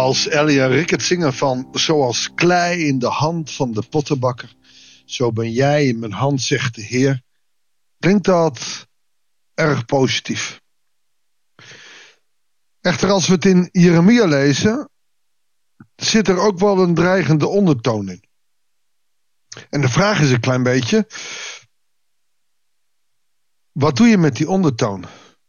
Als Ellie en Rick het zingen van zoals klei in de hand van de pottenbakker, zo ben jij in mijn hand, zegt de Heer, klinkt dat erg positief. Echter, als we het in Jeremia lezen, zit er ook wel een dreigende ondertoon in. En de vraag is een klein beetje, wat doe je met die ondertoon?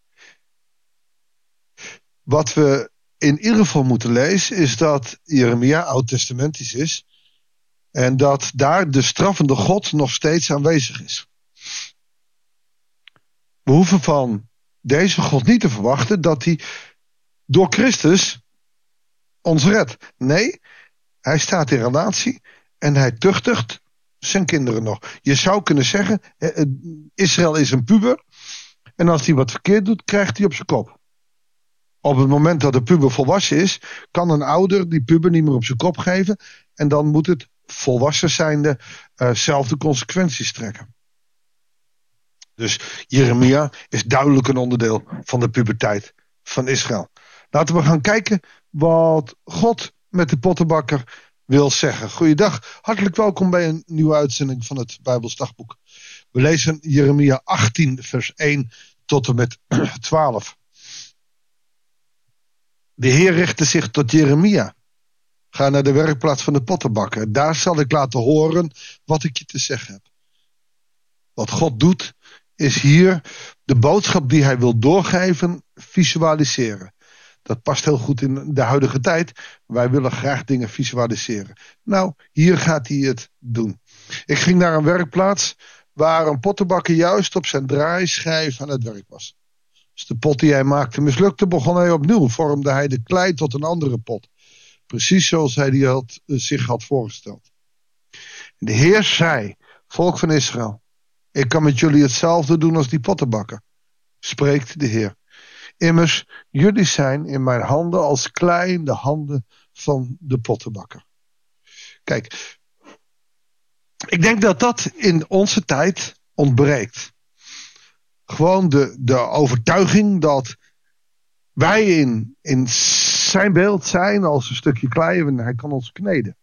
Wat we in ieder geval moeten lezen is dat Jeremia oud-testamentisch is en dat daar de straffende God nog steeds aanwezig is. We hoeven van deze God niet te verwachten dat hij door Christus ons redt. Nee, hij staat in relatie en hij tuchtigt zijn kinderen nog. Je zou kunnen zeggen, Israël is een puber en als hij wat verkeerd doet, krijgt hij op zijn kop. Op het moment dat de puber volwassen is, kan een ouder die puber niet meer op zijn kop geven en dan moet het volwassen zijnde zelf de consequenties trekken. Dus Jeremia is duidelijk een onderdeel van de puberteit van Israël. Laten we gaan kijken wat God met de pottenbakker wil zeggen. Goeiedag, hartelijk welkom bij een nieuwe uitzending van het Bijbels Dagboek. We lezen Jeremia 18 vers 1 tot en met 12. De Heer richtte zich tot Jeremia. Ga naar de werkplaats van de pottenbakker. Daar zal ik laten horen wat ik je te zeggen heb. Wat God doet, is hier de boodschap die hij wil doorgeven, visualiseren. Dat past heel goed in de huidige tijd. Wij willen graag dingen visualiseren. Nou, hier gaat hij het doen. Ik ging naar een werkplaats waar een pottenbakker juist op zijn draaischijf aan het werk was. Als de pot die hij maakte mislukte, begon hij opnieuw. Vormde hij de klei tot een andere pot. Precies zoals hij die zich had voorgesteld. De Heer zei, volk van Israël, ik kan met jullie hetzelfde doen als die pottenbakker. Spreekt de Heer. Immers, jullie zijn in mijn handen als klei in de handen van de pottenbakker. Kijk, ik denk dat dat in onze tijd ontbreekt. Gewoon de overtuiging dat wij in zijn beeld zijn als een stukje klei en hij kan ons kneden.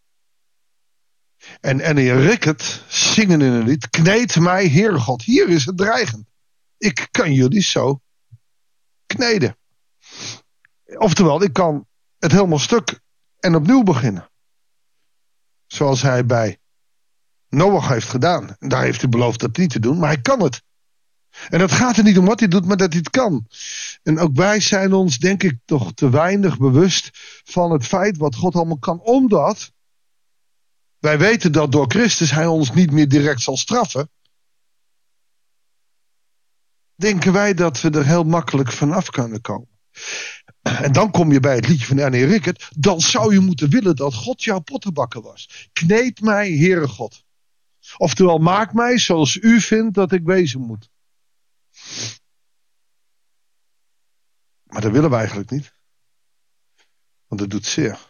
En Rick het zingen in een lied, kneed mij, Heere God. Hier is het dreigend. Ik kan jullie zo kneden. Oftewel, ik kan het helemaal stuk en opnieuw beginnen. Zoals hij bij Noach heeft gedaan. En daar heeft hij beloofd dat niet te doen, maar hij kan het. En het gaat er niet om wat hij doet, maar dat hij het kan. En ook wij zijn ons, denk ik, toch te weinig bewust van het feit wat God allemaal kan. Omdat wij weten dat door Christus hij ons niet meer direct zal straffen. Denken wij dat we er heel makkelijk vanaf kunnen komen. En dan kom je bij het liedje van Ernie Rickert. Dan zou je moeten willen dat God jouw pottenbakker was. Kneed mij, Heere God. Oftewel, maak mij zoals u vindt dat ik wezen moet. Maar dat willen we eigenlijk niet. Want het doet zeer.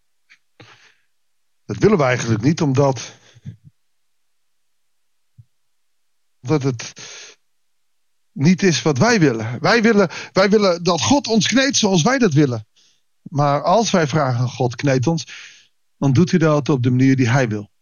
Dat willen we eigenlijk niet, omdat het niet is wat wij willen. Wij willen dat God ons kneedt zoals wij dat willen. Maar als wij vragen aan God, kneed ons, dan doet hij dat op de manier die hij wil.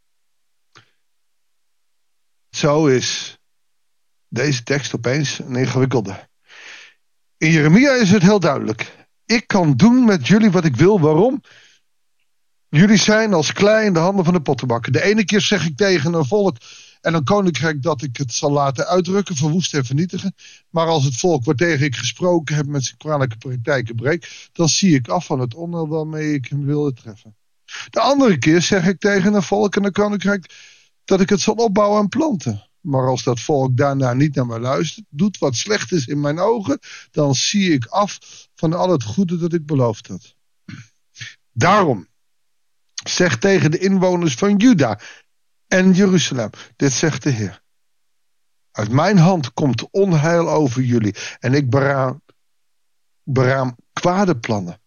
Zo is deze tekst opeens een ingewikkelde. In Jeremia is het heel duidelijk. Ik kan doen met jullie wat ik wil. Waarom? Jullie zijn als klei in de handen van de pottenbakker. De ene keer zeg ik tegen een volk en een koninkrijk dat ik het zal laten uitrukken, verwoesten en vernietigen. Maar als het volk waartegen ik gesproken heb met zijn kwalijke praktijken breekt, dan zie ik af van het onheil waarmee ik hem wilde treffen. De andere keer zeg ik tegen een volk en een koninkrijk dat ik het zal opbouwen en planten. Maar als dat volk daarna niet naar mij luistert, doet wat slecht is in mijn ogen, dan zie ik af van al het goede dat ik beloofd had. Daarom, zeg tegen de inwoners van Juda en Jeruzalem, dit zegt de Heer. Uit mijn hand komt onheil over jullie en ik beraam kwade plannen.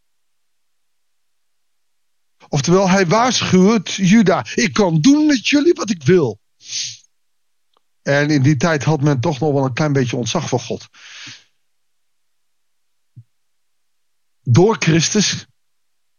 Oftewel, hij waarschuwt Juda, ik kan doen met jullie wat ik wil. En in die tijd had men toch nog wel een klein beetje ontzag voor God. Door Christus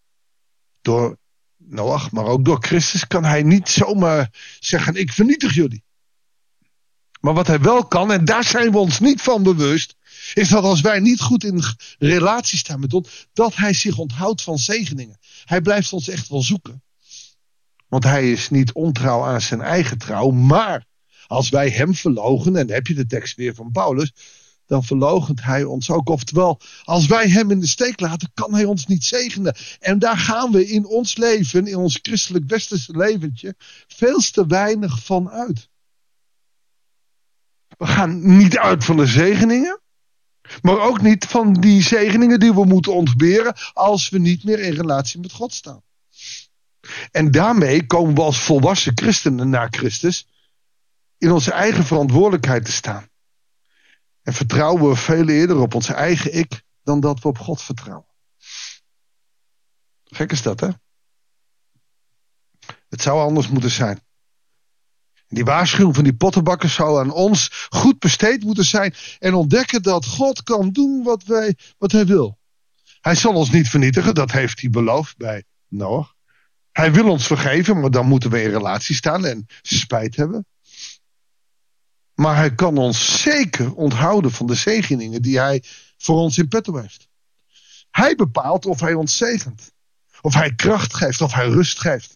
Door Noach, maar ook door Christus kan hij niet zomaar zeggen, ik vernietig jullie. Maar wat hij wel kan, en daar zijn we ons niet van bewust, is dat als wij niet goed in relatie staan met God, dat hij zich onthoudt van zegeningen. Hij blijft ons echt wel zoeken. Want hij is niet ontrouw aan zijn eigen trouw, maar als wij hem verloochenen, en dan heb je de tekst weer van Paulus, dan verloochent hij ons ook. Oftewel, als wij hem in de steek laten, kan hij ons niet zegenen. En daar gaan we in ons leven, in ons christelijk westerse leventje, veel te weinig van uit. We gaan niet uit van de zegeningen, maar ook niet van die zegeningen die we moeten ontberen als we niet meer in relatie met God staan. En daarmee komen we als volwassen christenen na Christus in onze eigen verantwoordelijkheid te staan. En vertrouwen we veel eerder op onze eigen ik dan dat we op God vertrouwen. Gek is dat, hè? Het zou anders moeten zijn. Die waarschuwing van die pottenbakkers zou aan ons goed besteed moeten zijn. En ontdekken dat God kan doen wat hij wil. Hij zal ons niet vernietigen, dat heeft hij beloofd bij Noach. Hij wil ons vergeven, maar dan moeten we in relatie staan en spijt hebben. Maar hij kan ons zeker onthouden van de zegeningen die hij voor ons in petto heeft. Hij bepaalt of hij ons zegent. Of hij kracht geeft, of hij rust geeft.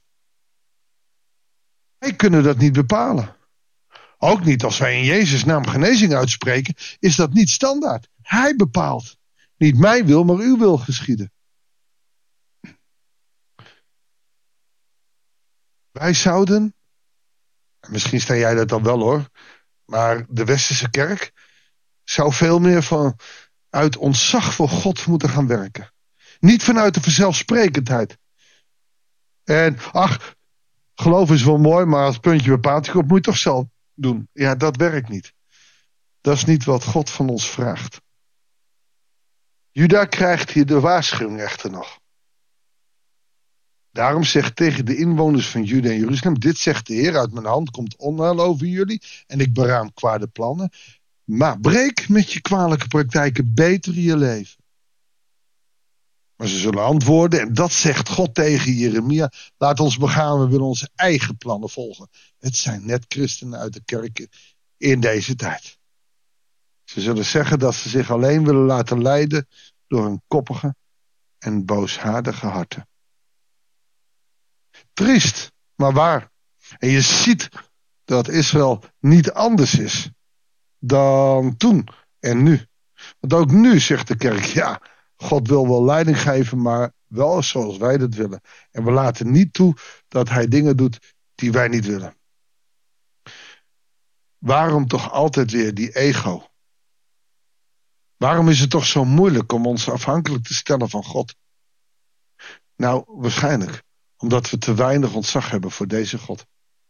Wij kunnen dat niet bepalen. Ook niet als wij in Jezus' naam genezing uitspreken, is dat niet standaard. Hij bepaalt. Niet mijn wil, maar uw wil geschieden. Wij zouden, misschien sta jij dat dan wel hoor, maar de westerse kerk zou veel meer uit ontzag voor God moeten gaan werken. Niet vanuit de vanzelfsprekendheid. En geloof is wel mooi, maar als het puntje bepaalt, moet je het toch zelf doen. Ja, dat werkt niet. Dat is niet wat God van ons vraagt. Juda krijgt hier de waarschuwing echter nog. Daarom zegt tegen de inwoners van Juda en Jeruzalem, dit zegt de Heer, uit mijn hand komt onheil over jullie en ik beraam kwade plannen. Maar breek met je kwalijke praktijken beter je leven. Maar ze zullen antwoorden, en dat zegt God tegen Jeremia, laat ons begaan, we willen onze eigen plannen volgen. Het zijn net christenen uit de kerk in deze tijd. Ze zullen zeggen dat ze zich alleen willen laten leiden door hun koppige en booshaardige harten. Triest, maar waar. En je ziet dat Israël niet anders is dan toen en nu. Want ook nu zegt de kerk, ja, God wil wel leiding geven, maar wel zoals wij dat willen. En we laten niet toe dat hij dingen doet die wij niet willen. Waarom toch altijd weer die ego? Waarom is het toch zo moeilijk om ons afhankelijk te stellen van God? Nou, waarschijnlijk omdat we te weinig ontzag hebben voor deze God.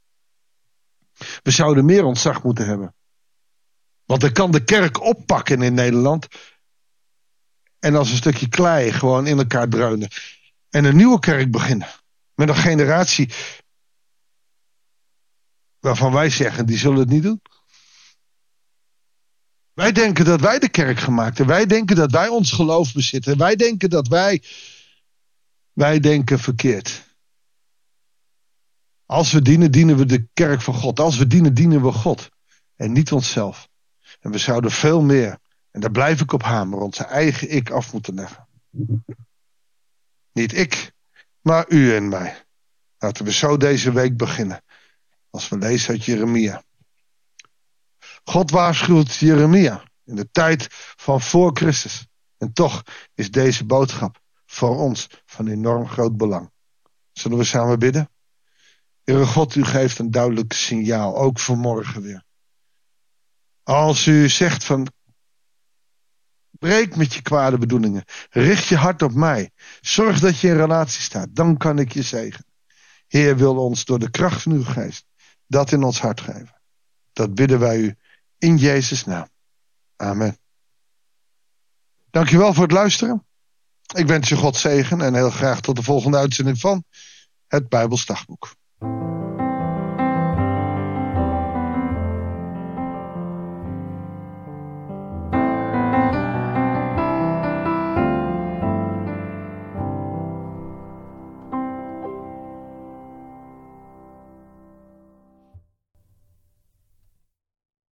We zouden meer ontzag moeten hebben. Want dan kan de kerk oppakken in Nederland en als een stukje klei gewoon in elkaar dreunen. En een nieuwe kerk beginnen. Met een generatie waarvan wij zeggen, die zullen het niet doen. Wij denken dat wij de kerk gemaakt hebben. Wij denken dat wij ons geloof bezitten. Wij denken dat wij denken verkeerd. Als we dienen, dienen we de kerk van God. Als we dienen, dienen we God. En niet onszelf. En we zouden veel meer, en daar blijf ik op hameren, onze eigen ik af moeten leggen. Niet ik, maar u en mij. Laten we zo deze week beginnen. Als we lezen uit Jeremia. God waarschuwt Jeremia in de tijd van voor Christus. En toch is deze boodschap voor ons van enorm groot belang. Zullen we samen bidden? Heere God, u geeft een duidelijk signaal, ook vanmorgen weer. Als u zegt van, breek met je kwade bedoelingen, richt je hart op mij, zorg dat je in relatie staat, dan kan ik je zegenen. Heer wil ons door de kracht van uw geest dat in ons hart geven. Dat bidden wij u in Jezus' naam. Amen. Dankjewel voor het luisteren. Ik wens je God zegen en heel graag tot de volgende uitzending van het Bijbels Dagboek.